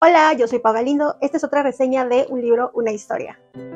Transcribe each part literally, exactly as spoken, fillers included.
Hola, yo soy Pau Galindo. Esta es otra reseña de un libro, una historia.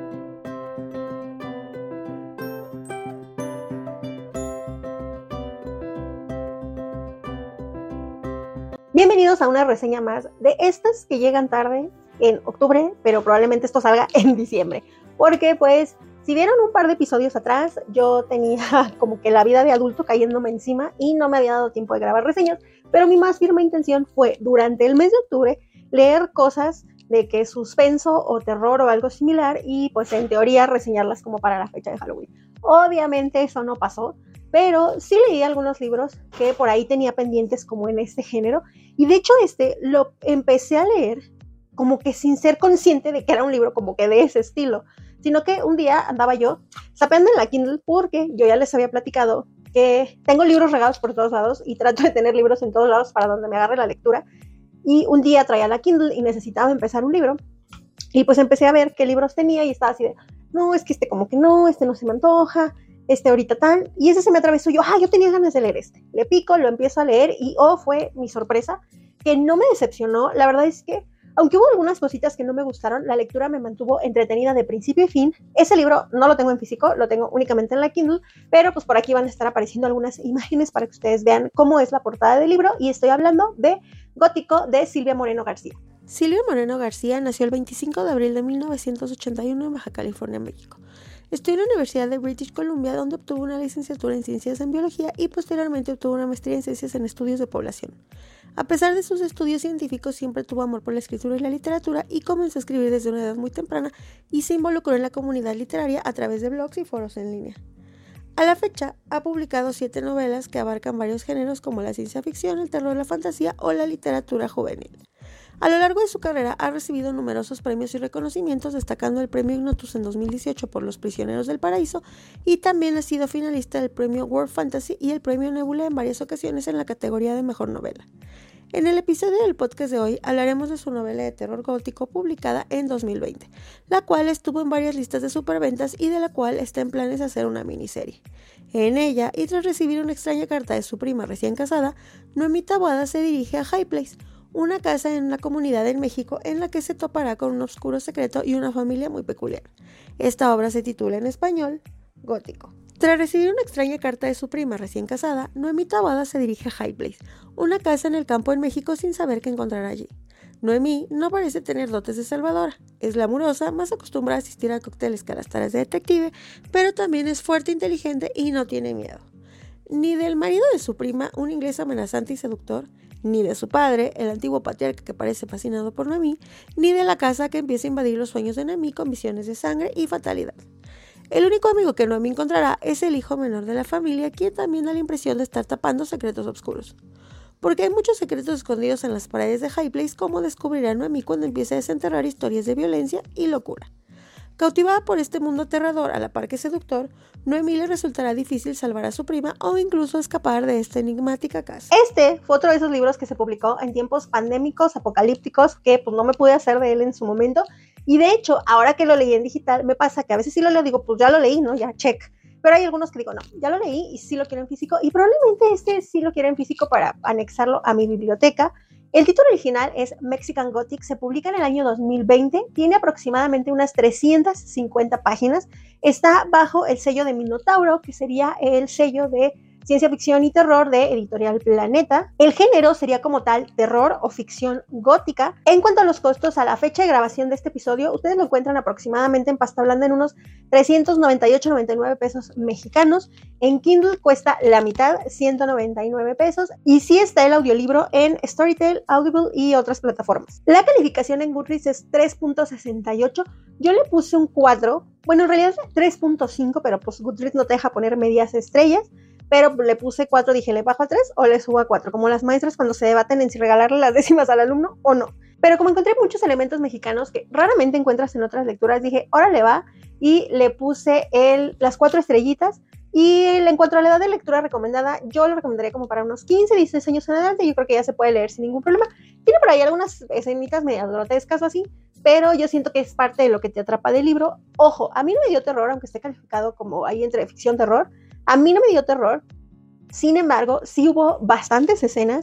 Bienvenidos a una reseña más de estas que llegan tarde en octubre, pero probablemente esto salga en diciembre. Porque pues, si vieron un par de episodios atrás, yo tenía como que la vida de adulto cayéndome encima y no me había dado tiempo de grabar reseñas, pero mi más firme intención fue, durante el mes de octubre, leer cosas de que suspenso o terror o algo similar y pues en teoría reseñarlas como para la fecha de Halloween. Obviamente eso no pasó, pero sí leí algunos libros que por ahí tenía pendientes como en este género, y de hecho este lo empecé a leer como que sin ser consciente de que era un libro como que de ese estilo, sino que un día andaba yo zapeando en la Kindle porque yo ya les había platicado que tengo libros regados por todos lados y trato de tener libros en todos lados para donde me agarre la lectura. Y un día traía la Kindle y necesitaba empezar un libro. Y pues empecé a ver qué libros tenía y estaba así de, no, es que este como que no, este no se me antoja, este ahorita tal. Y ese se me atravesó. Yo, ah, yo tenía ganas de leer este. Le pico, lo empiezo a leer y, oh, fue mi sorpresa, que no me decepcionó. La verdad es que, aunque hubo algunas cositas que no me gustaron, la lectura me mantuvo entretenida de principio y fin. Ese libro no lo tengo en físico, lo tengo únicamente en la Kindle, pero pues por aquí van a estar apareciendo algunas imágenes para que ustedes vean cómo es la portada del libro, y estoy hablando de Gótico, de Silvia Moreno García. Silvia Moreno García nació el veinticinco de abril de mil novecientos ochenta y uno en Baja California, México. Estudió en la Universidad de British Columbia, donde obtuvo una licenciatura en Ciencias en Biología y posteriormente obtuvo una maestría en Ciencias en Estudios de Población. A pesar de sus estudios científicos, siempre tuvo amor por la escritura y la literatura y comenzó a escribir desde una edad muy temprana y se involucró en la comunidad literaria a través de blogs y foros en línea. A la fecha, ha publicado siete novelas que abarcan varios géneros como la ciencia ficción, el terror, la fantasía o la literatura juvenil. A lo largo de su carrera ha recibido numerosos premios y reconocimientos, destacando el Premio Ignotus en dos mil dieciocho por Los Prisioneros del Paraíso, y también ha sido finalista del Premio World Fantasy y el Premio Nebula en varias ocasiones en la categoría de Mejor Novela. En el episodio del podcast de hoy hablaremos de su novela de terror gótico publicada en dos mil veinte, la cual estuvo en varias listas de superventas y de la cual está en planes hacer una miniserie. En ella, y tras recibir una extraña carta de su prima recién casada, Noemí Taboada se dirige a High Place, una casa en una comunidad en México en la que se topará con un oscuro secreto y una familia muy peculiar. Esta obra se titula en español Gótico. Tras recibir una extraña carta de su prima recién casada, Noemí Taboada se dirige a High Place, una casa en el campo en México, sin saber qué encontrará allí. Noemí no parece tener dotes de salvadora, es glamurosa, más acostumbrada a asistir a cócteles que a las tareas de detective, pero también es fuerte, inteligente y no tiene miedo. Ni del marido de su prima, un inglés amenazante y seductor, ni de su padre, el antiguo patriarca que parece fascinado por Noemí, ni de la casa que empieza a invadir los sueños de Noemí con visiones de sangre y fatalidad. El único amigo que Noemí encontrará es el hijo menor de la familia, quien también da la impresión de estar tapando secretos oscuros. Porque hay muchos secretos escondidos en las paredes de High Place, como descubrirá Noemí cuando empiece a desenterrar historias de violencia y locura. Cautivada por este mundo aterrador a la par que seductor, Noemí le resultará difícil salvar a su prima o incluso escapar de esta enigmática casa. Este fue otro de esos libros que se publicó en tiempos pandémicos, apocalípticos, que pues no me pude hacer de él en su momento. Y de hecho, ahora que lo leí en digital, me pasa que a veces sí lo leo, digo, pues ya lo leí, ¿no? Ya, check. Pero hay algunos que digo, no, ya lo leí y sí lo quiero en físico. Y probablemente este sí lo quiero en físico para anexarlo a mi biblioteca. El título original es Mexican Gothic, se publica en el año dos mil veinte, tiene aproximadamente unas trescientas cincuenta páginas, está bajo el sello de Minotauro, que sería el sello de ciencia ficción y terror de Editorial Planeta. El género sería como tal terror o ficción gótica. En cuanto a los costos, a la fecha de grabación de este episodio, ustedes lo encuentran aproximadamente en pasta blanda en unos trescientos noventa y ocho noventa y nueve pesos mexicanos. En Kindle cuesta la mitad, ciento noventa y nueve pesos. Y sí está el audiolibro en Storytel, Audible y otras plataformas. La calificación en Goodreads es tres punto sesenta y ocho. Yo le puse un cuatro. Bueno, en realidad es tres punto cinco, pero pues Goodreads no te deja poner medias estrellas. Pero le puse cuatro, dije, ¿le bajo a tres o le subo a cuatro? Como las maestras cuando se debaten en si regalarle las décimas al alumno o no. Pero como encontré muchos elementos mexicanos que raramente encuentras en otras lecturas, dije, órale va, y le puse el, las cuatro estrellitas. Y en cuanto a la edad de lectura recomendada, yo lo recomendaría como para unos quince, dieciséis años en adelante. Yo creo que ya se puede leer sin ningún problema. Tiene por ahí algunas escenitas medias grotescas o así, pero yo siento que es parte de lo que te atrapa del libro. Ojo, a mí no me dio terror, aunque esté calificado como ahí entre ficción terror. A mí no me dio terror, sin embargo, sí hubo bastantes escenas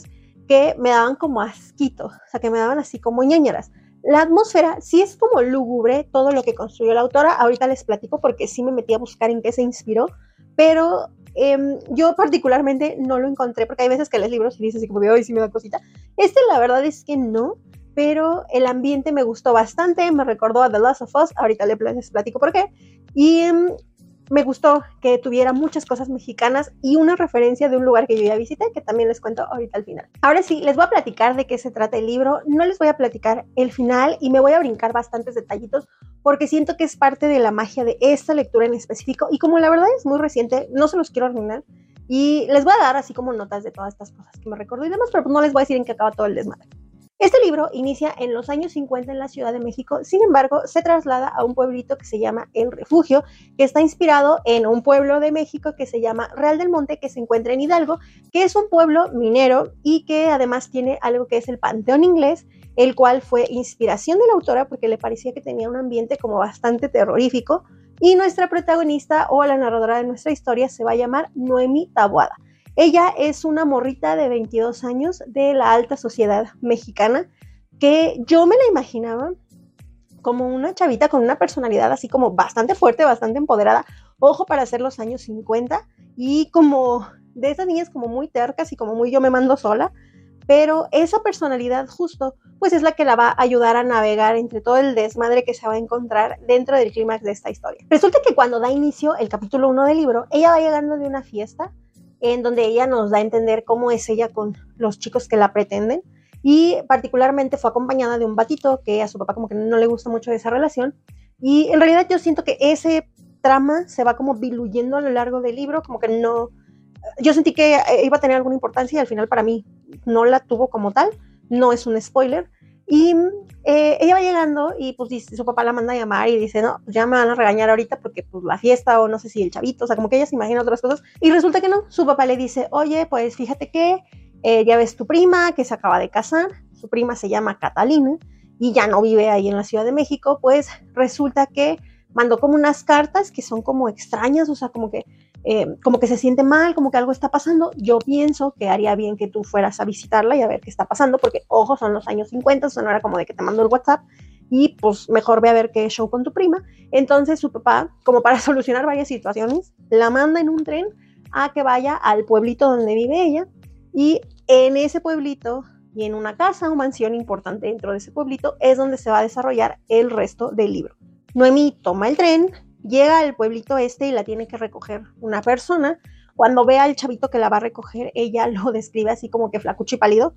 que me daban como asquito, o sea, que me daban así como ñañaras. La atmósfera sí es como lúgubre, todo lo que construyó la autora, ahorita les platico porque sí me metí a buscar en qué se inspiró, pero eh, yo particularmente no lo encontré, porque hay veces que lees libros y dices así como de, ay, sí me da cosita. Este la verdad es que no, pero el ambiente me gustó bastante, me recordó a The Last of Us, ahorita les platico por qué, y eh, me gustó que tuviera muchas cosas mexicanas y una referencia de un lugar que yo ya visité, que también les cuento ahorita al final. Ahora sí, les voy a platicar de qué se trata el libro, no les voy a platicar el final y me voy a brincar bastantes detallitos porque siento que es parte de la magia de esta lectura en específico y como la verdad es muy reciente, no se los quiero arruinar y les voy a dar así como notas de todas estas cosas que me recuerdo y demás, pero pues no les voy a decir en qué acaba todo el desmadre. Este libro inicia en los años cincuenta en la Ciudad de México, sin embargo, se traslada a un pueblito que se llama El Refugio, que está inspirado en un pueblo de México que se llama Real del Monte, que se encuentra en Hidalgo, que es un pueblo minero y que además tiene algo que es el Panteón Inglés, el cual fue inspiración de la autora porque le parecía que tenía un ambiente como bastante terrorífico, y nuestra protagonista o la narradora de nuestra historia se va a llamar Noemí Taboada. Ella es una morrita de veintidós años de la alta sociedad mexicana que yo me la imaginaba como una chavita con una personalidad así como bastante fuerte, bastante empoderada, ojo para hacer los años cincuenta y como de esas niñas como muy tercas y como muy yo me mando sola, pero esa personalidad justo pues es la que la va a ayudar a navegar entre todo el desmadre que se va a encontrar dentro del clímax de esta historia. Resulta que cuando da inicio el capítulo uno del libro, ella va llegando de una fiesta en donde ella nos da a entender cómo es ella con los chicos que la pretenden y particularmente fue acompañada de un batito que a su papá como que no le gusta mucho esa relación y en realidad yo siento que ese trama se va como diluyendo a lo largo del libro, como que no, yo sentí que iba a tener alguna importancia y al final para mí no la tuvo como tal, no es un spoiler. Y eh, ella va llegando y pues dice, su papá la manda a llamar y dice, no, pues ya me van a regañar ahorita porque pues la fiesta o no sé si el chavito, o sea, como que ella se imagina otras cosas. Y resulta que no, su papá le dice, oye, pues fíjate que eh, ya ves tu prima que se acaba de casar, su prima se llama Catalina y ya no vive ahí en la Ciudad de México, pues resulta que mandó como unas cartas que son como extrañas, o sea, como que Eh, como que se siente mal, como que algo está pasando. Yo pienso que haría bien que tú fueras a visitarla y a ver qué está pasando, porque, ojo, son los años cincuenta, eso no era como de que te mando el WhatsApp y pues mejor ve a ver qué show con tu prima. Entonces su papá, como para solucionar varias situaciones, la manda en un tren a que vaya al pueblito donde vive ella y en ese pueblito y en una casa o mansión importante dentro de ese pueblito es donde se va a desarrollar el resto del libro. Noemí toma el tren, llega al pueblito este y la tiene que recoger una persona. Cuando ve al chavito que la va a recoger, ella lo describe así como que flacucho y pálido.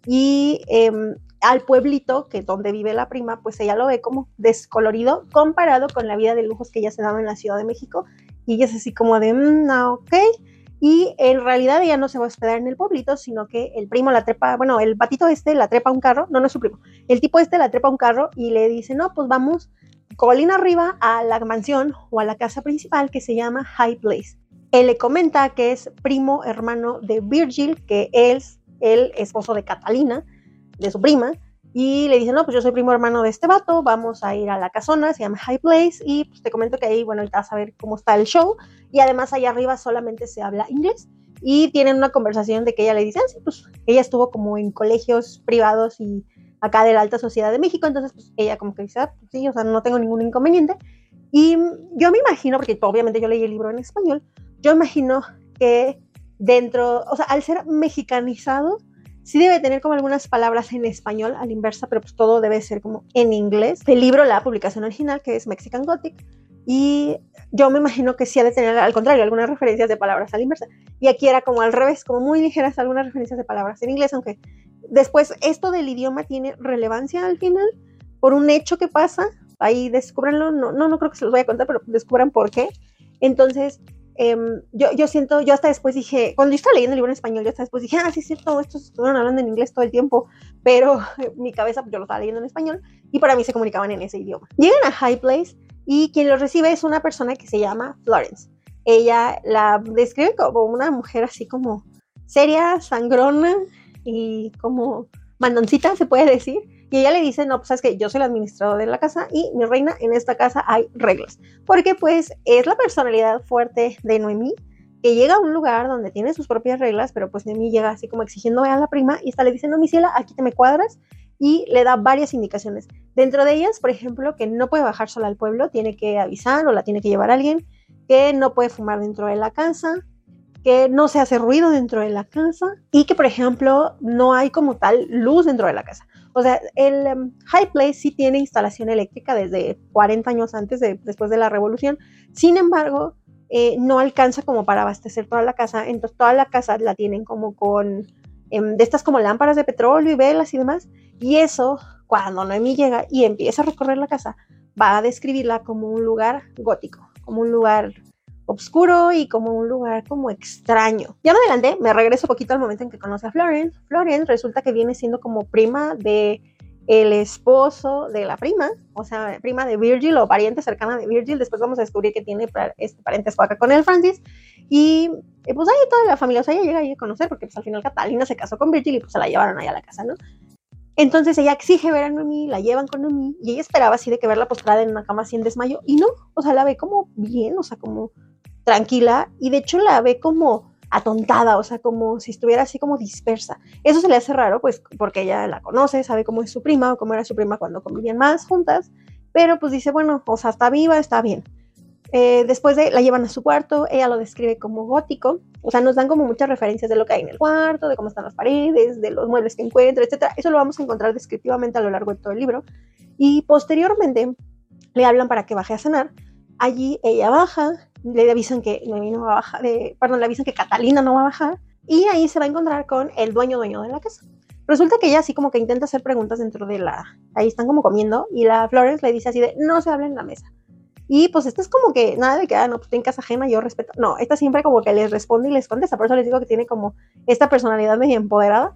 Y eh, al pueblito, que es donde vive la prima, pues ella lo ve como descolorido comparado con la vida de lujos que ella se daba en la Ciudad de México. Y ella es así como de, mmm, no, ok. Y en realidad ella no se va a hospedar en el pueblito, sino que el primo la trepa, bueno, el batito este la trepa a un carro, no, no es su primo, el tipo este la trepa a un carro y le dice, no, pues vamos colina arriba a la mansión o a la casa principal que se llama High Place. Él le comenta que es primo hermano de Virgil, que es el esposo de Catalina, de su prima, y le dice, no, pues yo soy primo hermano de este vato, vamos a ir a la casona, se llama High Place, y pues te comento que ahí, bueno, ahorita vas a ver cómo está el show, y además allá arriba solamente se habla inglés, y tienen una conversación de que ella le dice, ah, sí, pues ella estuvo como en colegios privados y acá de la alta sociedad de México, entonces pues ella como que dice, ah, pues sí, o sea, no tengo ningún inconveniente, y yo me imagino, porque obviamente yo leí el libro en español, yo imagino que dentro, o sea, al ser mexicanizado, sí debe tener como algunas palabras en español a la inversa, pero pues todo debe ser como en inglés. El libro, la publicación original, que es Mexican Gothic, y yo me imagino que sí ha de tener, al contrario, algunas referencias de palabras a la inversa. Y aquí era como al revés, como muy ligeras algunas referencias de palabras en inglés, aunque después esto del idioma tiene relevancia al final por un hecho que pasa, ahí descúbranlo, no, no, no creo que se los vaya a contar, pero descubran por qué. Entonces, Um, yo, yo siento, yo hasta después dije, cuando yo estaba leyendo el libro en español, yo hasta después dije, ah, sí es cierto, estos estuvieron hablando en inglés todo el tiempo, pero mi cabeza, yo lo estaba leyendo en español y para mí se comunicaban en ese idioma. Llegan a High Place y quien los recibe es una persona que se llama Florence. Ella la describe como una mujer así como seria, sangrona y como mandoncita, se puede decir. Y ella le dice, no, pues sabes que yo soy la administradora de la casa y mi reina, en esta casa hay reglas. Porque pues es la personalidad fuerte de Noemí que llega a un lugar donde tiene sus propias reglas, pero pues Noemí llega así como exigiendo a la prima y esta le dice, no, mi ciela, aquí te me cuadras, y le da varias indicaciones. Dentro de ellas, por ejemplo, que no puede bajar sola al pueblo, tiene que avisar o la tiene que llevar a alguien, que no puede fumar dentro de la casa, que no se hace ruido dentro de la casa y que, por ejemplo, no hay como tal luz dentro de la casa. O sea, el um, High Place sí tiene instalación eléctrica desde cuarenta años antes, de, después de la revolución. Sin embargo, eh, no alcanza como para abastecer toda la casa. Entonces, toda la casa la tienen como con eh, de estas como lámparas de petróleo y velas y demás. Y eso, cuando Noemí llega y empieza a recorrer la casa, va a describirla como un lugar gótico, como un lugar oscuro y como un lugar como extraño. Ya me adelanté, me regreso un poquito al momento en que conoce a Florence. Florence resulta que viene siendo como prima de el esposo de la prima, o sea, prima de Virgil o pariente cercana de Virgil. Después vamos a descubrir que tiene este parentesco acá con el Francis. Y eh, pues ahí toda la familia, o sea, ella llega ahí a conocer porque pues al final Catalina se casó con Virgil y pues se la llevaron ahí a la casa, ¿no? Entonces ella exige ver a Noemí, la llevan con Noemí y ella esperaba así de que verla postrada en una cama así en desmayo y no, o sea, la ve como bien, o sea, como tranquila y de hecho la ve como atontada, o sea, como si estuviera así como dispersa. Eso se le hace raro, pues, porque ella la conoce, sabe cómo es su prima o cómo era su prima cuando convivían más juntas, pero pues dice, bueno, o sea, está viva, está bien. Eh, después de la llevan a su cuarto, ella lo describe como gótico, o sea, nos dan como muchas referencias de lo que hay en el cuarto, de cómo están las paredes, de los muebles que encuentra, etcétera. Eso lo vamos a encontrar descriptivamente a lo largo de todo el libro. Y posteriormente le hablan para que baje a cenar. Allí ella baja, le avisan que Noemí no va a bajar, de, perdón, le avisan que Catalina no va a bajar, y ahí se va a encontrar con el dueño dueño de la casa. Resulta que ella así como que intenta hacer preguntas dentro de la, ahí están como comiendo, y la Florence le dice así de, no se habla en la mesa. Y pues esta es como que nada de que, ah, no, pues estoy en casa ajena, yo respeto. No, esta siempre como que les responde y les contesta. Por eso les digo que tiene como esta personalidad medio empoderada.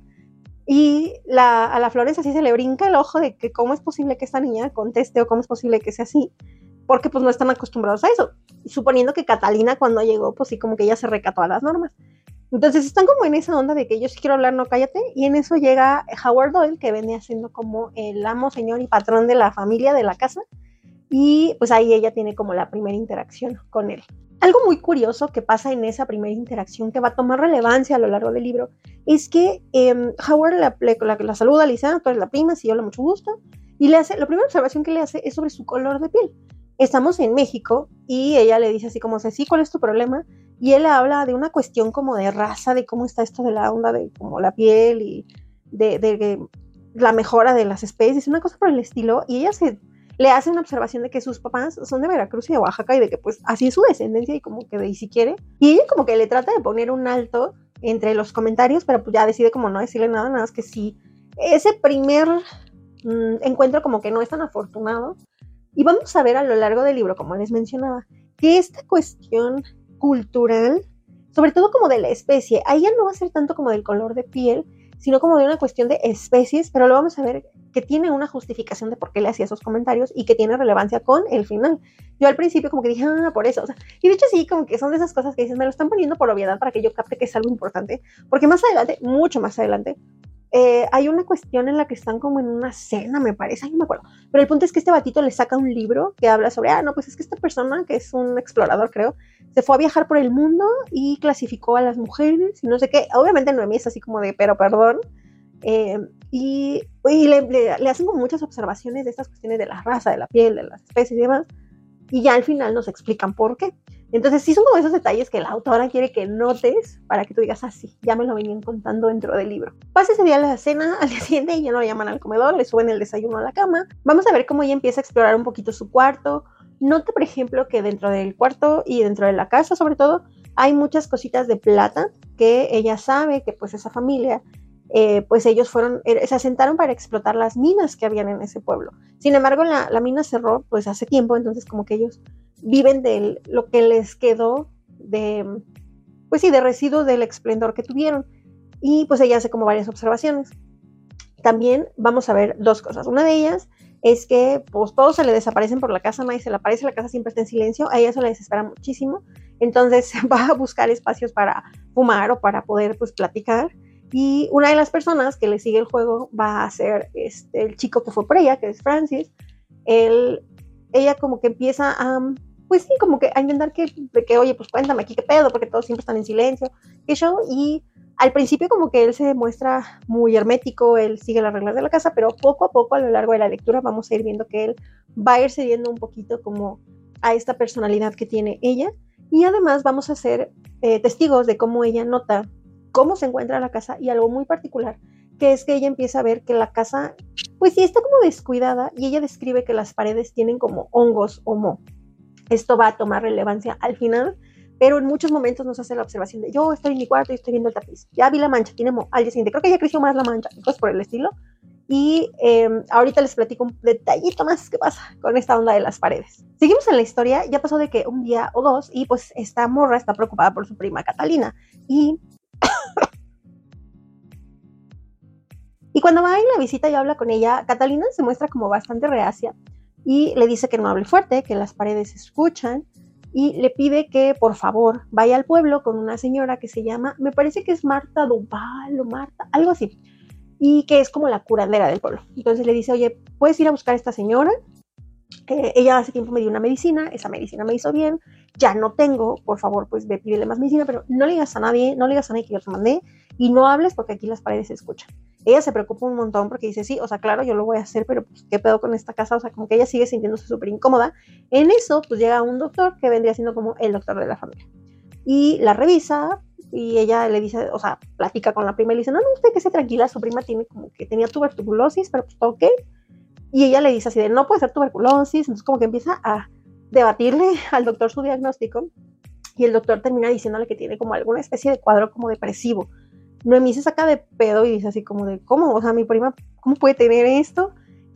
Y la, a la Florence así se le brinca el ojo de que cómo es posible que esta niña conteste o cómo es posible que sea así. Porque pues no están acostumbrados a eso. Suponiendo que Catalina cuando llegó, pues sí como que ella se recató a las normas. Entonces están como en esa onda de que yo sí quiero hablar, no cállate. Y en eso llega Howard Doyle, que venía siendo como el amo, señor y patrón de la familia, de la casa. Y pues ahí ella tiene como la primera interacción con él. Algo muy curioso que pasa en esa primera interacción que va a tomar relevancia a lo largo del libro es que eh, Howard la, la, la saluda, le dice, ah, tú eres la prima, sí, hola, mucho gusto. Y le hace, la primera observación que le hace es sobre su color de piel. Estamos en México y ella le dice así como, sí, ¿cuál es tu problema? Y él habla de una cuestión como de raza, de cómo está esto de la onda de como la piel y de, de, de la mejora de las especies, una cosa por el estilo. Y ella se... le hace una observación de que sus papás son de Veracruz y de Oaxaca y de que pues así es su descendencia y como que de ahí si quiere. Y ella como que le trata de poner un alto entre los comentarios, pero pues ya decide como no decirle nada, nada más que sí. Ese primer mmm, encuentro como que no es tan afortunado. Y vamos a ver a lo largo del libro, como les mencionaba, que esta cuestión cultural, sobre todo como de la especie, ahí ya no va a ser tanto como del color de piel, sino como de una cuestión de especies, pero lo vamos a ver que tiene una justificación de por qué le hacía esos comentarios y que tiene relevancia con el final. Yo al principio como que dije, ah, por eso, o sea, y de hecho sí, como que son de esas cosas que dices, me lo están poniendo por obviedad para que yo capte que es algo importante, porque más adelante, mucho más adelante, eh, hay una cuestión en la que están como en una cena, me parece, ay, no me acuerdo, pero el punto es que este batito le saca un libro que habla sobre, ah, no, pues es que esta persona, que es un explorador, creo, se fue a viajar por el mundo y clasificó a las mujeres y no sé qué. Obviamente Noemí es así como de, pero perdón. Eh, y y le, le, le hacen como muchas observaciones de estas cuestiones de la raza, de la piel, de las especies y demás. Y ya al final nos explican por qué. Entonces sí son como esos detalles que la autora quiere que notes para que tú digas, ah, sí, ya me lo venían contando dentro del libro. Pasa ese día la cena, al día siguiente ella no la llaman al comedor, le suben el desayuno a la cama. Vamos a ver cómo ella empieza a explorar un poquito su cuarto. Nota, por ejemplo, que dentro del cuarto y dentro de la casa, sobre todo, hay muchas cositas de plata que ella sabe que pues esa familia, eh, pues ellos fueron, eh, se asentaron para explotar las minas que habían en ese pueblo. Sin embargo, la, la mina cerró pues hace tiempo, entonces como que ellos viven de lo que les quedó de, pues sí, de residuos del esplendor que tuvieron. Y pues ella hace como varias observaciones. También vamos a ver dos cosas. Una de ellas es que pues todos se le desaparecen por la casa, nadie se le aparece, la casa siempre está en silencio, a ella eso le desespera muchísimo, entonces va a buscar espacios para fumar o para poder pues platicar, y una de las personas que le sigue el juego va a ser este, el chico que fue por ella, que es Francis. Él, ella como que empieza a pues sí, como que a intentar que, de que, oye, pues cuéntame aquí qué pedo, porque todos siempre están en silencio, qué show, y al principio como que él se muestra muy hermético, él sigue las reglas de la casa, pero poco a poco a lo largo de la lectura vamos a ir viendo que él va a ir cediendo un poquito como a esta personalidad que tiene ella, y además vamos a ser eh, testigos de cómo ella nota cómo se encuentra la casa, y algo muy particular, que es que ella empieza a ver que la casa, pues sí, está como descuidada, y ella describe que las paredes tienen como hongos o moho. Esto va a tomar relevancia al final, pero en muchos momentos nos hace la observación de yo estoy en mi cuarto y estoy viendo el tapiz, ya vi la mancha, tiene moho, al día siguiente creo que ya creció más la mancha, y cosas por el estilo. Y eh, ahorita les platico un detallito más qué pasa con esta onda de las paredes. Seguimos en la historia, ya pasó de que un día o dos, y pues esta morra está preocupada por su prima Catalina, y y cuando va y la visita y habla con ella, Catalina se muestra como bastante reacia, y le dice que no hable fuerte, que las paredes se escuchan, y le pide que por favor vaya al pueblo con una señora que se llama, me parece que es Marta Duval o Marta, algo así, y que es como la curandera del pueblo. Entonces le dice, oye, ¿puedes ir a buscar a esta señora? Eh, ella hace tiempo me dio una medicina, esa medicina me hizo bien, ya no tengo, por favor, pues ve, pídele más medicina, pero no le digas a nadie, no le digas a nadie que yo te mandé, y no hables porque aquí las paredes se escuchan. Ella se preocupa un montón porque dice, sí, o sea, claro, yo lo voy a hacer, pero pues, ¿qué pedo con esta casa? O sea, como que ella sigue sintiéndose súper incómoda. En eso, pues llega un doctor que vendría siendo como el doctor de la familia. Y la revisa, y ella le dice, o sea, platica con la prima y le dice, no, no, usted que se tranquila, su prima tiene como que tenía tuberculosis, pero pues todo ok. Y ella le dice así de, no puede ser tuberculosis, entonces como que empieza a debatirle al doctor su diagnóstico, y el doctor termina diciéndole que tiene como alguna especie de cuadro como depresivo. Noemí se saca de pedo y dice así como de, ¿cómo? O sea, mi prima, ¿cómo puede tener esto?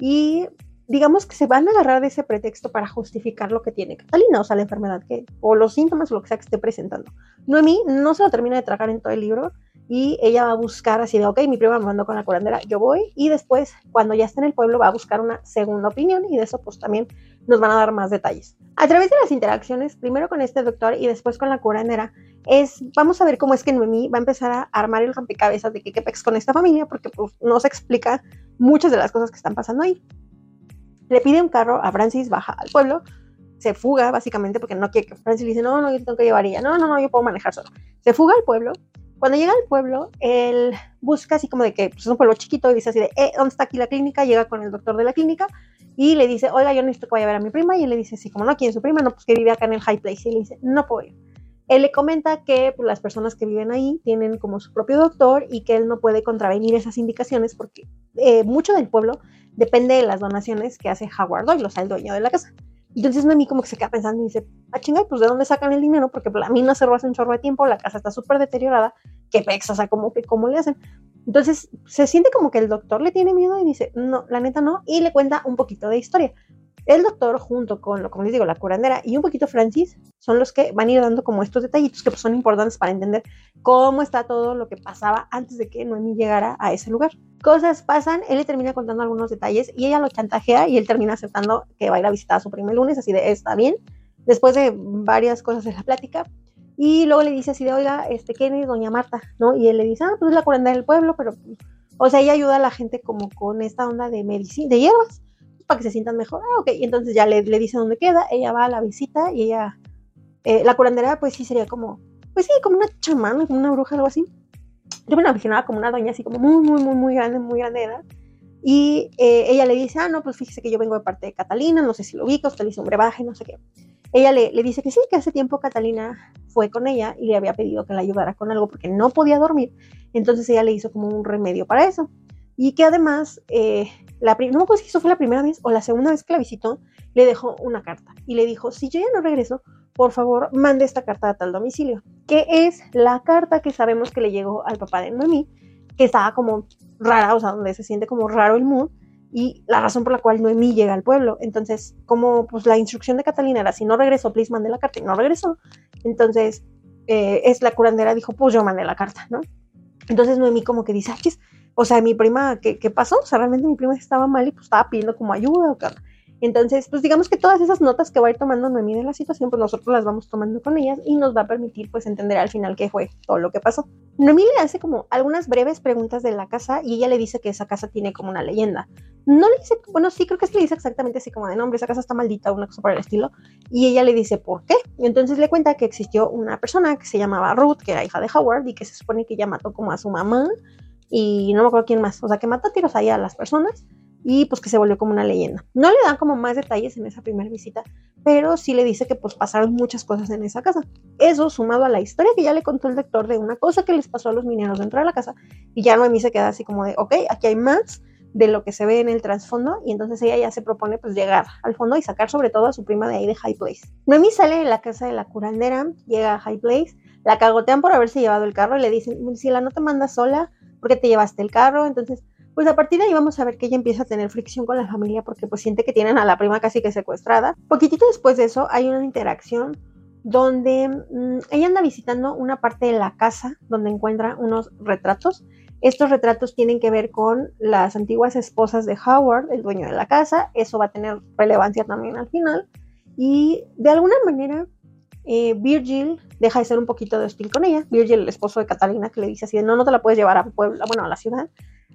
Y digamos que se van a agarrar de ese pretexto para justificar lo que tiene Catalina, o sea, la enfermedad que, o los síntomas o lo que sea que esté presentando. Noemí no se lo termina de tragar en todo el libro, y ella va a buscar así de, ok, mi prima me mandó con la curandera, yo voy, y después, cuando ya está en el pueblo, va a buscar una segunda opinión, y de eso pues también nos van a dar más detalles. A través de las interacciones, primero con este doctor y después con la curandera, es, vamos a ver cómo es que Noemí va a empezar a armar el rompecabezas de que qué pex con esta familia, porque pues no se explica muchas de las cosas que están pasando ahí. Le pide un carro a Francis, baja al pueblo, se fuga básicamente porque no quiere que Francis le dice, no, no, yo te tengo que llevar ella, no, no, no, yo puedo manejar solo. Se fuga al pueblo. Cuando llega al pueblo, él busca así como de que pues, es un pueblo chiquito, y dice así de, eh, ¿dónde está aquí la clínica? Llega con el doctor de la clínica y le dice, oiga, yo necesito que vaya a ver a mi prima, y él le dice, sí, como no, ¿quién es su prima? No, pues que vive acá en el High Place, y le dice, no puedo ir. Él le comenta que pues, las personas que viven ahí tienen como su propio doctor, y que él no puede contravenir esas indicaciones porque eh, mucho del pueblo depende de las donaciones que hace Howard Doyle, o sea, el dueño de la casa. Entonces Noemí como que se queda pensando y dice, ah, chinga, pues ¿de dónde sacan el dinero? Porque la mina cerró hace un chorro de tiempo, la casa está súper deteriorada, qué pex, o sea, ¿cómo, ¿cómo le hacen? Entonces se siente como que el doctor le tiene miedo y dice, no, la neta no, y le cuenta un poquito de historia. El doctor, junto con, como les digo, la curandera y un poquito Francis, son los que van a ir dando como estos detallitos que pues, son importantes para entender cómo está todo lo que pasaba antes de que Noemí llegara a ese lugar. Cosas pasan, él le termina contando algunos detalles y ella lo chantajea, y él termina aceptando que va a ir a visitar a su prima el lunes, así de, está bien, después de varias cosas en la plática. Y luego le dice así de, oiga, este, ¿quién es doña Marta? ¿No? Y él le dice, ah, pues es la curandera del pueblo, pero, o sea, ella ayuda a la gente como con esta onda de medicina, de hierbas, para que se sientan mejor. Ah, ok, y entonces ya le, le dice dónde queda, ella va a la visita, y ella, eh, la curandera, pues sí sería como, pues sí, como una chamana, como una bruja, algo así. Yo me la imaginaba como una doña así como muy, muy, muy, muy grande, muy grande de edad. Y eh, ella le dice, ah, no, pues fíjese que yo vengo de parte de Catalina, no sé si lo ubica, usted le hizo un brebaje, no sé qué. Ella le, le dice que sí, que hace tiempo Catalina fue con ella y le había pedido que la ayudara con algo porque no podía dormir. Entonces ella le hizo como un remedio para eso. Y que además, eh, la, no me acuerdo si eso fue la primera vez o la segunda vez que la visitó, le dejó una carta y le dijo, si yo ya no regreso, por favor, mande esta carta a tal domicilio, que es la carta que sabemos que le llegó al papá de Noemí, que estaba como rara, o sea, donde se siente como raro el mood, y la razón por la cual Noemí llega al pueblo. Entonces, como pues la instrucción de Catalina era, si no regresó, please mande la carta, y no regresó, entonces eh, es la curandera dijo, pues yo mandé la carta, ¿no? Entonces Noemí como que dice, ay, o sea, mi prima, ¿qué, qué pasó? O sea, realmente mi prima estaba mal y pues estaba pidiendo como ayuda, o qué. Entonces, pues digamos que todas esas notas que va a ir tomando Noemí de la situación, pues nosotros las vamos tomando con ellas y nos va a permitir pues entender al final qué fue todo lo que pasó. Noemí le hace como algunas breves preguntas de la casa y ella le dice que esa casa tiene como una leyenda. No le dice, bueno, sí, creo que sí le dice exactamente así como de nombre, esa casa está maldita, una cosa por el estilo. Y ella le dice, ¿por qué? Y entonces le cuenta que existió una persona que se llamaba Ruth, que era hija de Howard y que se supone que ella mató como a su mamá y no me acuerdo quién más. O sea, que mató a tiros ahí a las personas y pues que se volvió como una leyenda. No le dan como más detalles en esa primera visita, pero sí le dice que pues pasaron muchas cosas en esa casa. Eso sumado a la historia que ya le contó el doctor de una cosa que les pasó a los mineros dentro de la casa y ya Noemí se queda así como de, ok, aquí hay más de lo que se ve en el trasfondo y entonces ella ya se propone pues llegar al fondo y sacar sobre todo a su prima de ahí de High Place. Noemí sale de la casa de la curandera, llega a High Place, la cagotean por haberse llevado el carro y le dicen, si la no te mandas sola, ¿por qué te llevaste el carro? Entonces pues a partir de ahí vamos a ver que ella empieza a tener fricción con la familia porque pues siente que tienen a la prima casi que secuestrada. Poquitito después de eso hay una interacción donde mmm, ella anda visitando una parte de la casa donde encuentra unos retratos. Estos retratos tienen que ver con las antiguas esposas de Howard, el dueño de la casa. Eso va a tener relevancia también al final. Y de alguna manera eh, Virgil deja de ser un poquito de hostil con ella. Virgil, el esposo de Catalina, que le dice así, no, no te la puedes llevar a Puebla, bueno, a la ciudad.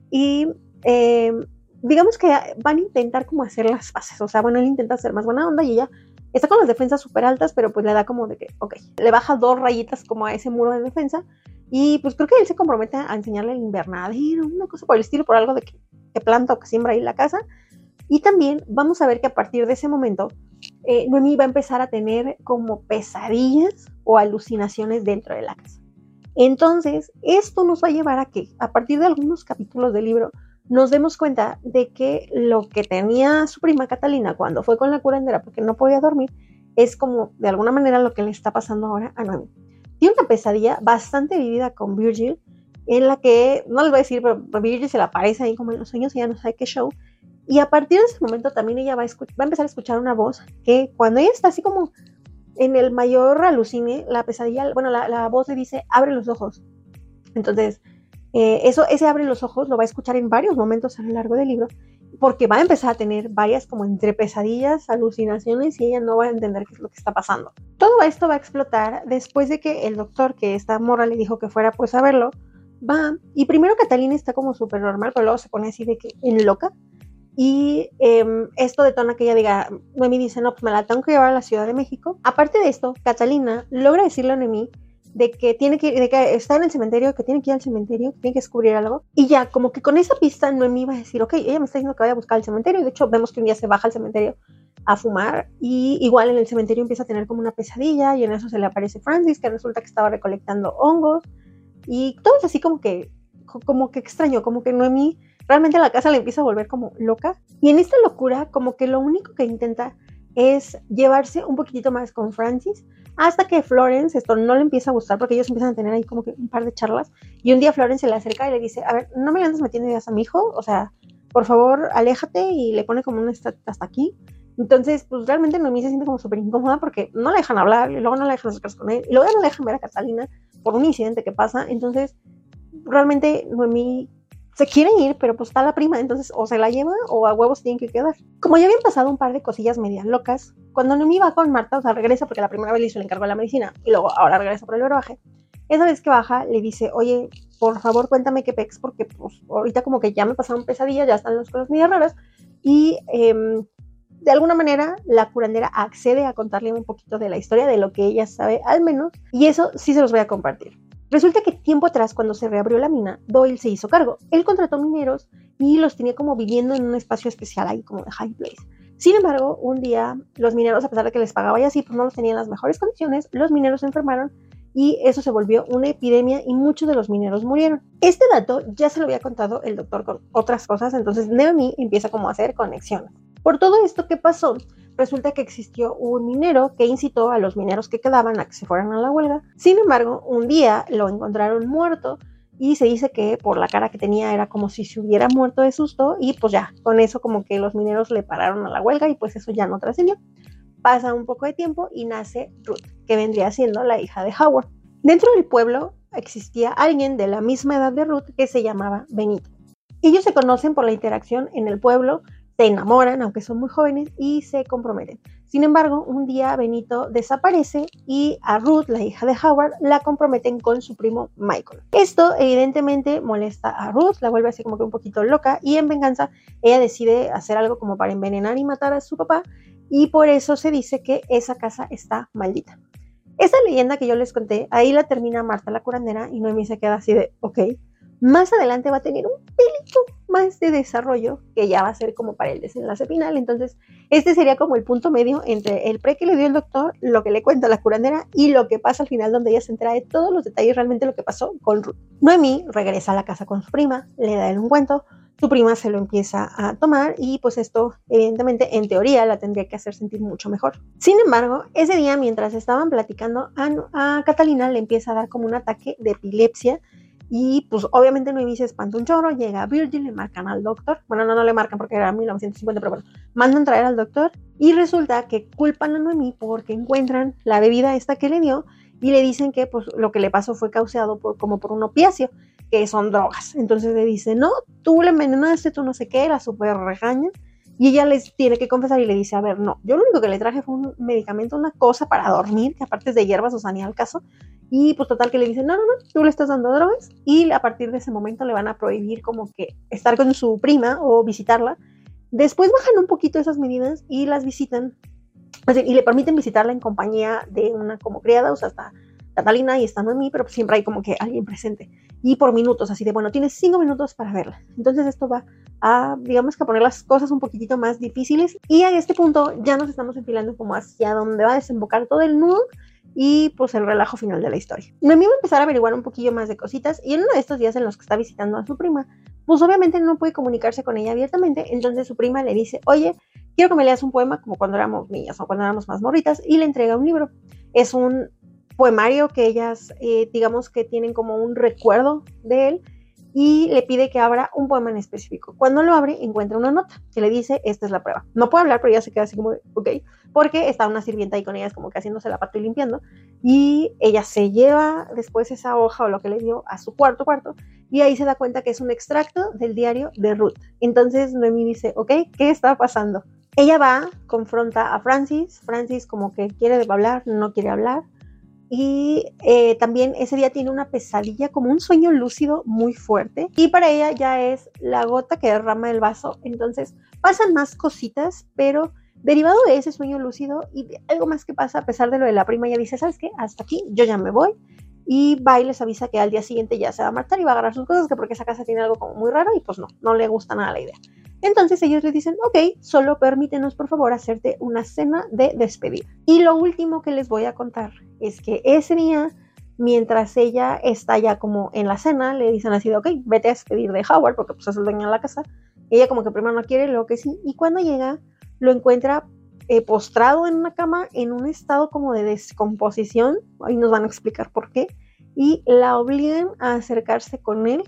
Y eh, digamos que van a intentar como hacer las paces, o sea, bueno, él intenta hacer más buena onda y ella está con las defensas súper altas, pero pues le da como de que, ok, le baja dos rayitas como a ese muro de defensa y pues creo que él se compromete a enseñarle el invernadero, una cosa por el estilo, por algo de que, que planta o que siembra ahí la casa. Y también vamos a ver que a partir de ese momento eh, Noemí va a empezar a tener como pesadillas o alucinaciones dentro de la casa. Entonces, esto nos va a llevar a que, a partir de algunos capítulos del libro, nos demos cuenta de que lo que tenía su prima Catalina cuando fue con la curandera porque no podía dormir, es como, de alguna manera, lo que le está pasando ahora a Noemí. Tiene una pesadilla bastante vivida con Virgil, en la que, no les voy a decir, pero Virgil se le aparece ahí como en los sueños, ella no sabe qué show, y a partir de ese momento también ella va a, escuch- va a empezar a escuchar una voz que cuando ella está así como en el mayor alucine, la pesadilla, bueno, la, la voz le dice, abre los ojos. Entonces, eh, eso, ese abre los ojos lo va a escuchar en varios momentos a lo largo del libro, porque va a empezar a tener varias como entre pesadillas, alucinaciones, y ella no va a entender qué es lo que está pasando. Todo esto va a explotar después de que el doctor, que esta morra le dijo que fuera pues a verlo, va, y primero Catalina está como súper normal, pero luego se pone así de que en loca, y eh, esto detona que ella diga, Noemí dice, no, pues me la tengo que llevar a la Ciudad de México. Aparte de esto, Catalina logra decirle a Noemí de que tiene que, de que está en el cementerio, que tiene que ir al cementerio, que tiene que descubrir algo. Y ya, como que con esa pista Noemí va a decir, ok, ella me está diciendo que vaya a buscar el cementerio. Y de hecho vemos que un día se baja al cementerio a fumar y igual en el cementerio empieza a tener como una pesadilla y en eso se le aparece Francis, que resulta que estaba recolectando hongos. Y todo es así como que, como que extraño, como que Noemí realmente la casa le empieza a volver como loca. Y en esta locura, como que lo único que intenta es llevarse un poquitito más con Francis, hasta que Florence esto no le empieza a gustar, porque ellos empiezan a tener ahí como que un par de charlas, y un día Florence se le acerca y le dice, a ver, no me le andas metiendo ideas a mi hijo, o sea, por favor, aléjate, y le pone como un hasta aquí. Entonces, pues realmente Noemí se siente como súper incómoda, porque no la dejan hablar, y luego no la dejan acercarse con él, y luego ya no la dejan ver a Catalina por un incidente que pasa. Entonces, realmente Noemí se quiere ir, pero pues está la prima, entonces o se la lleva o a huevos tienen que quedar. Como ya habían pasado un par de cosillas medias locas, cuando Noemí va con Marta, o sea, regresa porque la primera vez le hizo el encargo de la medicina y luego ahora regresa por el verbaje, esa vez que baja le dice, oye, por favor cuéntame qué pex, porque pues ahorita como que ya me pasaron pesadillas, ya están las cosas medias raras, y eh, de alguna manera la curandera accede a contarle un poquito de la historia, de lo que ella sabe al menos, y eso sí se los voy a compartir. Resulta que tiempo atrás, cuando se reabrió la mina, Doyle se hizo cargo. Él contrató mineros y los tenía como viviendo en un espacio especial ahí, como de High Place. Sin embargo, un día los mineros, a pesar de que les pagaba y así, pues no los tenían en las mejores condiciones, los mineros se enfermaron y eso se volvió una epidemia y muchos de los mineros murieron. Este dato ya se lo había contado el doctor con otras cosas, entonces Noemí empieza como a hacer conexiones. Por todo esto que pasó, resulta que existió un minero que incitó a los mineros que quedaban a que se fueran a la huelga. Sin embargo, un día lo encontraron muerto y se dice que por la cara que tenía era como si se hubiera muerto de susto y pues ya, con eso como que los mineros le pararon a la huelga y pues eso ya no trascendió. Pasa un poco de tiempo y nace Ruth, que vendría siendo la hija de Howard. Dentro del pueblo existía alguien de la misma edad de Ruth que se llamaba Benito. Ellos se conocen por la interacción en el pueblo. se enamoran, aunque son muy jóvenes, y se comprometen. Sin embargo, un día Benito desaparece y a Ruth, la hija de Howard, la comprometen con su primo Michael. Esto evidentemente molesta a Ruth, la vuelve así como que un poquito loca, y en venganza ella decide hacer algo como para envenenar y matar a su papá, y por eso se dice que esa casa está maldita. Esta leyenda que yo les conté, ahí la termina Marta la curandera y Noemí se queda así de, ok, más adelante va a tener un pelito más de desarrollo que ya va a ser como para el desenlace final. Entonces, este sería como el punto medio entre el pre que le dio el doctor, lo que le cuenta la curandera y lo que pasa al final, donde ella se entera de todos los detalles realmente lo que pasó con Ruth. Noemí regresa a la casa con su prima, le da el ungüento, su prima se lo empieza a tomar y pues esto evidentemente en teoría la tendría que hacer sentir mucho mejor. Sin embargo, ese día mientras estaban platicando a, a Catalina le empieza a dar como un ataque de epilepsia. Y pues obviamente Noemí se espanta un chorro, llega a Virgil, le marcan al doctor, bueno, no, no le marcan porque era mil novecientos cincuenta, pero bueno, mandan traer al doctor y resulta que culpan a Noemí porque encuentran la bebida esta que le dio y le dicen que pues lo que le pasó fue causado por, como por un opiáceo, que son drogas. Entonces le dice, no, tú le envenenaste, tú no sé qué, la super regañan y ella les tiene que confesar y le dice, a ver, no, yo lo único que le traje fue un medicamento, una cosa para dormir, que aparte es de hierbas, o sea, ni al caso. Y pues total que le dicen, no, no, no, tú le estás dando drogas y a partir de ese momento le van a prohibir como que estar con su prima o visitarla. Después bajan un poquito esas medidas y las visitan, o sea, y le permiten visitarla en compañía de una como criada, o sea, está Catalina y está Noemí, pero siempre hay como que alguien presente. Y por minutos, así de, bueno, tienes cinco minutos para verla. Entonces esto va a, digamos que a poner las cosas un poquitito más difíciles y a este punto ya nos estamos enfilando como hacia donde va a desembocar todo el nudo y pues el relajo final de la historia. Noemí va a empezar a averiguar un poquillo más de cositas y en uno de estos días en los que está visitando a su prima, pues obviamente no puede comunicarse con ella abiertamente, entonces su prima le dice, oye, quiero que me leas un poema como cuando éramos niñas o cuando éramos más morritas, y le entrega un libro. Es un poemario que ellas, eh, digamos que tienen como un recuerdo de él, y le pide que abra un poema en específico. Cuando lo abre, encuentra una nota que le dice, esta es la prueba. No puede hablar, pero ella se queda así como, ok, porque está una sirvienta ahí con ellas como que haciéndose la pata y limpiando, y ella se lleva después esa hoja o lo que le dio a su cuarto cuarto, y ahí se da cuenta que es un extracto del diario de Ruth. Entonces Noemí dice, ok, ¿qué está pasando? Ella va, confronta a Francis, Francis como que quiere hablar, no quiere hablar, y eh, también ese día tiene una pesadilla, como un sueño lúcido muy fuerte, y para ella ya es la gota que derrama el vaso. Entonces pasan más cositas, pero derivado de ese sueño lúcido y de algo más que pasa a pesar de lo de la prima, ella dice, ¿sabes qué? Hasta aquí, yo ya me voy, y va y les avisa que al día siguiente ya se va a marchar y va a agarrar sus cosas, que porque esa casa tiene algo como muy raro y pues no, no le gusta nada la idea. Entonces ellos le dicen, ok, solo permítenos por favor hacerte una cena de despedida. Y lo último que les voy a contar es que ese día, mientras ella está ya como en la cena, le dicen así de, ok, vete a despedir de Howard, porque pues es el dueño de la casa. Ella como que primero no quiere, luego que sí, y cuando llega, lo encuentra eh, postrado en una cama, en un estado como de descomposición, ahí nos van a explicar por qué, y la obligan a acercarse con él,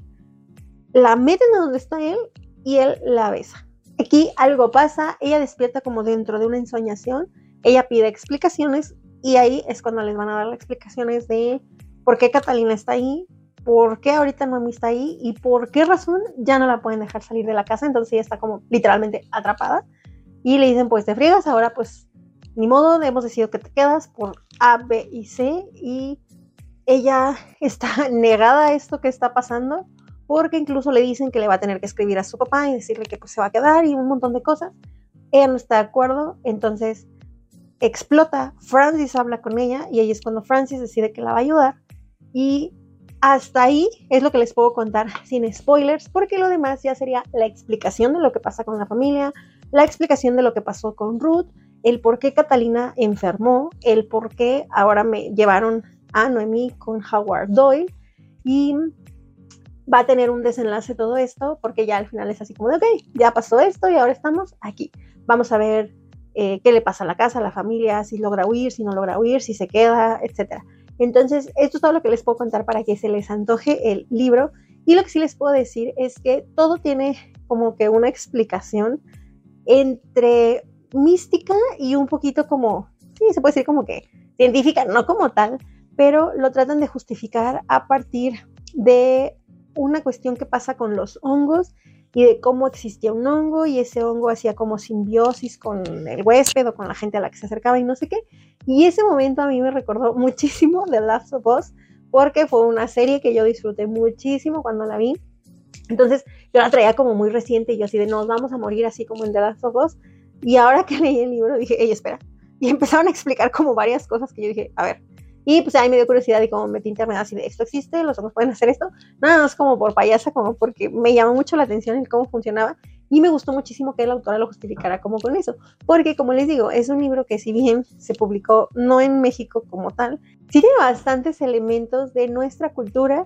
la meten a donde está él, y él la besa. Aquí algo pasa, ella despierta como dentro de una ensoñación, ella pide explicaciones y ahí es cuando les van a dar las explicaciones de por qué Catalina está ahí, por qué ahorita Noemí está ahí y por qué razón ya no la pueden dejar salir de la casa. Entonces ella está como literalmente atrapada y le dicen, pues te friegas, ahora pues ni modo, hemos decidido que te quedas por A, B y C, y ella está negada a esto que está pasando, porque incluso le dicen que le va a tener que escribir a su papá y decirle que pues se va a quedar y un montón de cosas. Ella no está de acuerdo, entonces explota, Francis habla con ella y ahí es cuando Francis decide que la va a ayudar, y hasta ahí es lo que les puedo contar sin spoilers, porque lo demás ya sería la explicación de lo que pasa con la familia, la explicación de lo que pasó con Ruth, el por qué Catalina enfermó, el por qué ahora me llevaron a Noemí con Howard Doyle, y va a tener un desenlace todo esto, porque ya al final es así como de, ok, ya pasó esto y ahora estamos aquí. Vamos a ver eh, qué le pasa a la casa, a la familia, si logra huir, si no logra huir, si se queda, etcétera. Entonces, esto es todo lo que les puedo contar para que se les antoje el libro. Y lo que sí les puedo decir es que todo tiene como que una explicación entre mística y un poquito como, sí, se puede decir como que científica, no como tal, pero lo tratan de justificar a partir de una cuestión que pasa con los hongos y de cómo existía un hongo y ese hongo hacía como simbiosis con el huésped o con la gente a la que se acercaba y no sé qué. Y ese momento a mí me recordó muchísimo The Last of Us, porque fue una serie que yo disfruté muchísimo cuando la vi. Entonces yo la traía como muy reciente y yo así de nos vamos a morir así como en The Last of Us. Y ahora que leí el libro dije, ey, espera. Y empezaron a explicar como varias cosas que yo dije, a ver. Y pues ahí me dio curiosidad y como metí internet así de esto existe, los hongos pueden hacer esto. Nada más como por payasa, como porque me llamó mucho la atención el cómo funcionaba. Y me gustó muchísimo que la autora lo justificara como con eso. Porque como les digo, es un libro que si bien se publicó no en México como tal, sí tiene bastantes elementos de nuestra cultura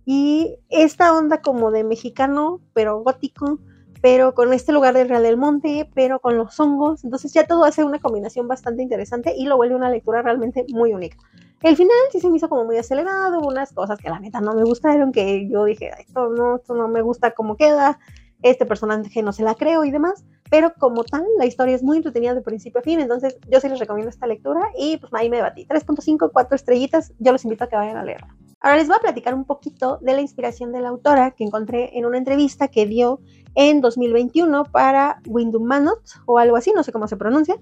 y esta onda como de mexicano, pero gótico, pero con este lugar del Real del Monte, pero con los hongos. Entonces ya todo hace una combinación bastante interesante y lo vuelve una lectura realmente muy única. El final sí se me hizo como muy acelerado, unas cosas que la neta no me gustaron, que yo dije, esto no, esto no me gusta cómo queda, este personaje no se la creo y demás, pero como tal, la historia es muy entretenida de principio a fin, entonces yo sí les recomiendo esta lectura y pues ahí me debatí, tres punto cinco, cuatro estrellitas, yo los invito a que vayan a leerla. Ahora les voy a platicar un poquito de la inspiración de la autora que encontré en una entrevista que dio en dos mil veintiuno para Windham Manor o algo así, no sé cómo se pronuncia,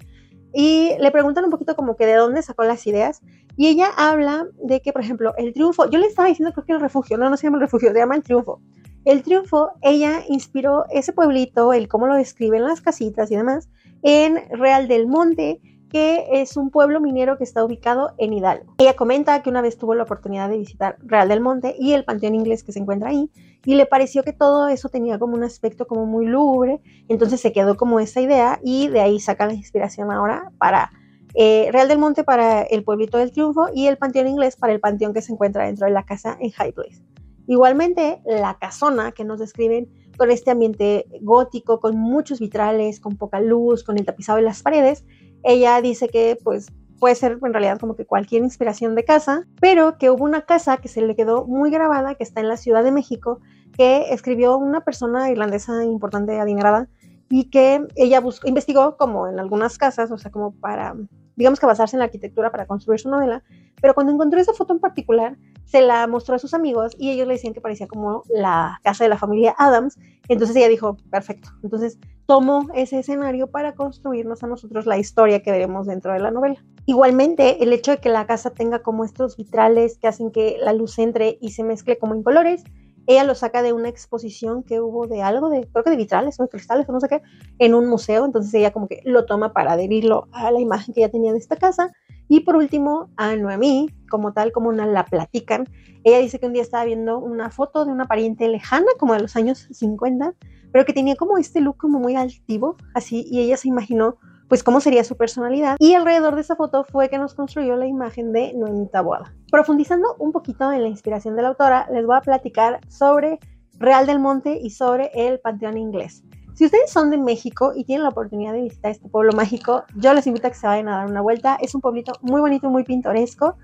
y le preguntan un poquito como que de dónde sacó las ideas, y ella habla de que, por ejemplo, el triunfo, yo le estaba diciendo creo que el refugio, no, no se llama el refugio, se llama el triunfo. El triunfo, ella inspiró ese pueblito, el cómo lo describen las casitas y demás, en Real del Monte, que es un pueblo minero que está ubicado en Hidalgo. Ella comenta que una vez tuvo la oportunidad de visitar Real del Monte y el Panteón Inglés que se encuentra ahí, y le pareció que todo eso tenía como un aspecto como muy lúgubre, entonces se quedó como esa idea y de ahí saca la inspiración ahora para eh, Real del Monte para el pueblito del Triunfo y el Panteón Inglés para el panteón que se encuentra dentro de la casa en High Place. Igualmente, la casona que nos describen con este ambiente gótico, con muchos vitrales, con poca luz, con el tapizado de las paredes, ella dice que pues puede ser en realidad como que cualquier inspiración de casa, pero que hubo una casa que se le quedó muy grabada, que está en la Ciudad de México, que escribió una persona irlandesa importante, adinerada, y que ella buscó, investigó como en algunas casas, o sea, como para, digamos que basarse en la arquitectura para construir su novela, pero cuando encontró esa foto en particular, se la mostró a sus amigos y ellos le decían que parecía como la casa de la familia Adams, entonces ella dijo, perfecto, entonces tomó ese escenario para construirnos a nosotros la historia que veremos dentro de la novela. Igualmente, el hecho de que la casa tenga como estos vitrales que hacen que la luz entre y se mezcle como en colores, ella lo saca de una exposición que hubo de algo, de creo que de vitrales o de cristales o no sé qué, en un museo, entonces ella como que lo toma para adherirlo a la imagen que ella tenía de esta casa. Y por último, a Noemí, como tal, como una, la platican, ella dice que un día estaba viendo una foto de una pariente lejana, como de los años cincuenta, pero que tenía como este look como muy altivo, así, y ella se imaginó pues cómo sería su personalidad, y alrededor de esa foto fue que nos construyó la imagen de Noemí Taboada. Profundizando un poquito en la inspiración de la autora, les voy a platicar sobre Real del Monte y sobre el Panteón Inglés. Si ustedes son de México y tienen la oportunidad de visitar este pueblo mágico, yo les invito a que se vayan a dar una vuelta. Es un pueblito muy bonito, muy pintoresco,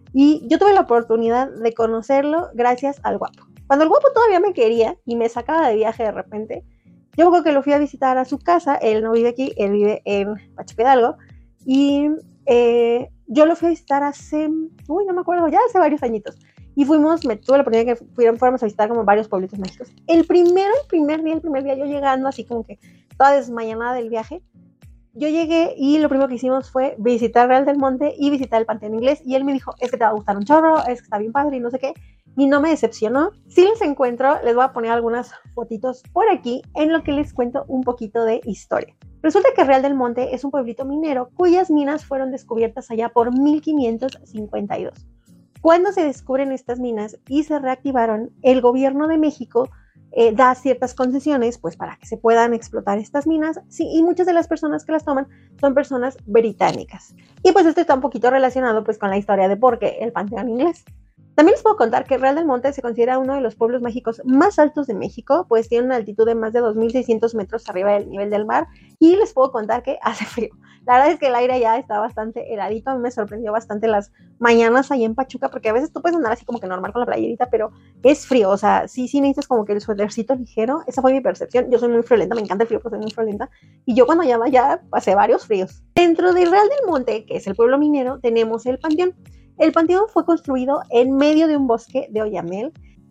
y yo tuve la oportunidad de conocerlo gracias al Guapo. Cuando el Guapo todavía me quería y me sacaba de viaje de repente, yo creo que lo fui a visitar a su casa. Él no vive aquí, él vive en Pachuca Hidalgo, y eh, yo lo fui a visitar hace, uy, no me acuerdo, ya hace varios añitos. Y fuimos, me tuve la oportunidad de que fuéramos, fuéramos a visitar como varios pueblitos mágicos. El primero, el primer día, el primer día, yo llegando así como que toda desmañanada del viaje, yo llegué y lo primero que hicimos fue visitar Real del Monte y visitar el Panteón Inglés. Y él me dijo, es que te va a gustar un chorro, es que está bien padre y no sé qué. Y no me decepcionó. Si los encuentro, les voy a poner algunas fotitos por aquí en lo que les cuento un poquito de historia. Resulta que Real del Monte es un pueblito minero cuyas minas fueron descubiertas allá por mil quinientos cincuenta y dos. Cuando se descubren estas minas y se reactivaron, el gobierno de México eh, da ciertas concesiones pues, para que se puedan explotar estas minas, sí, y muchas de las personas que las toman son personas británicas. Y pues esto está un poquito relacionado pues, con la historia de por qué el Panteón Inglés. También les puedo contar que Real del Monte se considera uno de los pueblos mágicos más altos de México, pues tiene una altitud de más de dos mil seiscientos metros arriba del nivel del mar, y les puedo contar que hace frío. La verdad es que el aire ya está bastante heladito. A mí me sorprendió bastante las mañanas ahí en Pachuca, porque a veces tú puedes andar así como que normal con la playerita, pero es frío, o sea, sí, sí necesitas como que el suétercito ligero. Esa fue mi percepción. Yo soy muy friolenta, me encanta el frío, pero soy muy friolenta, y yo cuando ya ya pasé varios fríos. Dentro de Real del Monte, que es el pueblo minero, tenemos el panteón. El panteón fue construido en medio de un bosque de oyamel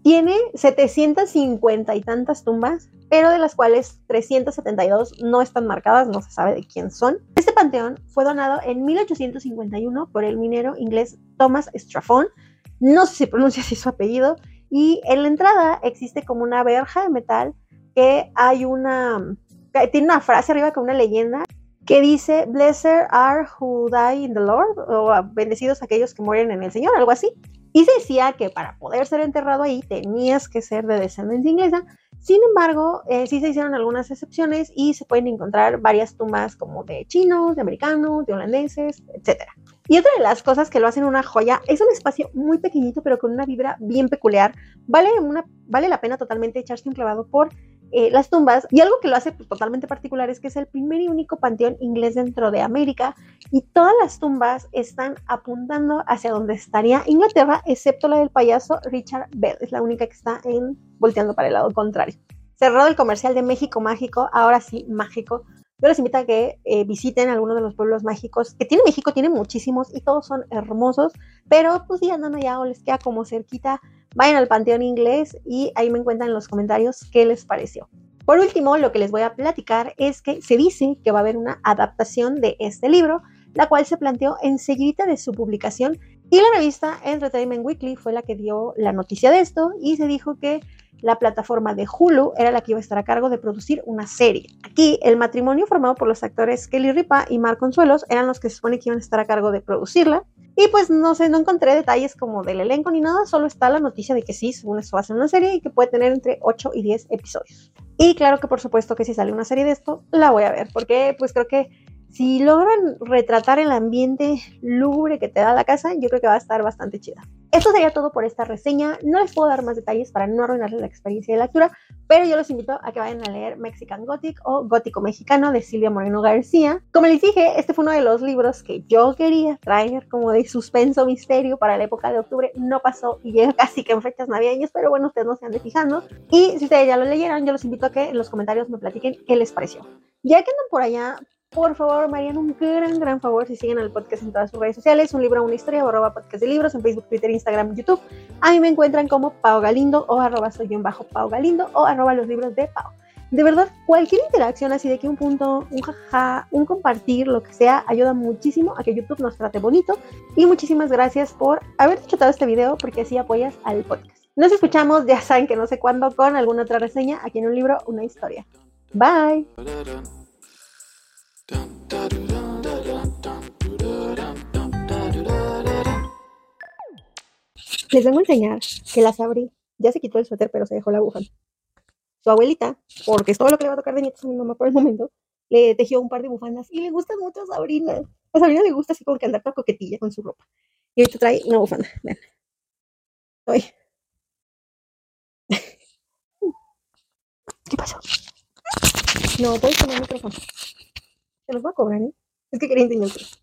Tiene setecientas cincuenta y tantas tumbas, pero de las cuales trescientas setenta y dos no están marcadas, no se sabe de quién son. Este panteón fue donado en mil ochocientos cincuenta y uno por el minero inglés Thomas Strafford, no sé si pronuncia así su apellido, y en la entrada existe como una verja de metal que hay una, que tiene una frase arriba con una leyenda que dice Blessed are who die in the Lord, o bendecidos aquellos que mueren en el Señor, algo así. Y se decía que para poder ser enterrado ahí tenías que ser de descendencia inglesa. Sin embargo, eh, sí se hicieron algunas excepciones y se pueden encontrar varias tumbas como de chinos, de americanos, de holandeses, etcétera. Y otra de las cosas que lo hacen una joya es un espacio muy pequeñito pero con una vibra bien peculiar. Vale, una, vale la pena totalmente echarse un clavado por eh, las tumbas, y algo que lo hace pues, totalmente particular es que es el primer y único panteón inglés dentro de América, y todas las tumbas están apuntando hacia donde estaría Inglaterra, excepto la del payaso Richard Bell, es la única que está en, volteando para el lado contrario. Cerrado el comercial de México Mágico, ahora sí, mágico. Yo les invito a que eh, visiten algunos de los pueblos mágicos que tiene México, tiene muchísimos y todos son hermosos, pero pues si andan allá o les queda como cerquita, vayan al Panteón Inglés y ahí me cuentan en los comentarios qué les pareció. Por último, lo que les voy a platicar es que se dice que va a haber una adaptación de este libro, la cual se planteó enseguida de su publicación, y la revista Entertainment Weekly fue la que dio la noticia de esto, y se dijo que la plataforma de Hulu era la que iba a estar a cargo de producir una serie. Aquí, el matrimonio formado por los actores Kelly Ripa y Marc Consuelos eran los que se supone que iban a estar a cargo de producirla. Y pues no sé, no encontré detalles como del elenco ni nada, solo está la noticia de que sí, según esto va a ser una serie y que puede tener entre ocho y diez episodios. Y claro que por supuesto que si sale una serie de esto, la voy a ver, porque pues creo que si logran retratar el ambiente lúgubre que te da la casa, yo creo que va a estar bastante chida. Esto sería todo por esta reseña. No les puedo dar más detalles para no arruinarles la experiencia de lectura, pero yo los invito a que vayan a leer Mexican Gothic o Gótico Mexicano de Silvia Moreno García. Como les dije, este fue uno de los libros que yo quería traer como de suspenso misterio para la época de octubre. No pasó y llega casi que en fechas navideñas, pero bueno, ustedes no se ande fijando. Y si ustedes ya lo leyeron, yo los invito a que en los comentarios me platiquen qué les pareció. Ya que andan por allá, por favor, me harían un gran, gran favor si siguen al podcast en todas sus redes sociales, un libro, una historia, o arroba podcast de libros, en Facebook, Twitter, Instagram, YouTube. A mí me encuentran como Pau Galindo, o arroba soy yo en bajo Pau Galindo, o arroba los libros de Pau. De verdad, cualquier interacción así de que un punto, un jaja, un compartir, lo que sea, ayuda muchísimo a que YouTube nos trate bonito. Y muchísimas gracias por haber disfrutado este video, porque así apoyas al podcast. Nos escuchamos, ya saben que no sé cuándo, con alguna otra reseña aquí en un libro, una historia. Bye. Les vengo a enseñar que la Sabri ya se quitó el suéter, pero se dejó la bufanda. Su abuelita, porque es todo lo que le va a tocar de nietos a mi mamá por el momento, le tejió un par de bufandas y le gusta mucho a Sabrina. A Sabrina le gusta así como que andar toda coquetilla con su ropa. Y ahorita trae una bufanda. Vean. Ay. ¿Qué pasó? No, puedes tomar el micrófono. Te los voy a cobrar, ¿eh? Es que quería enseñarte.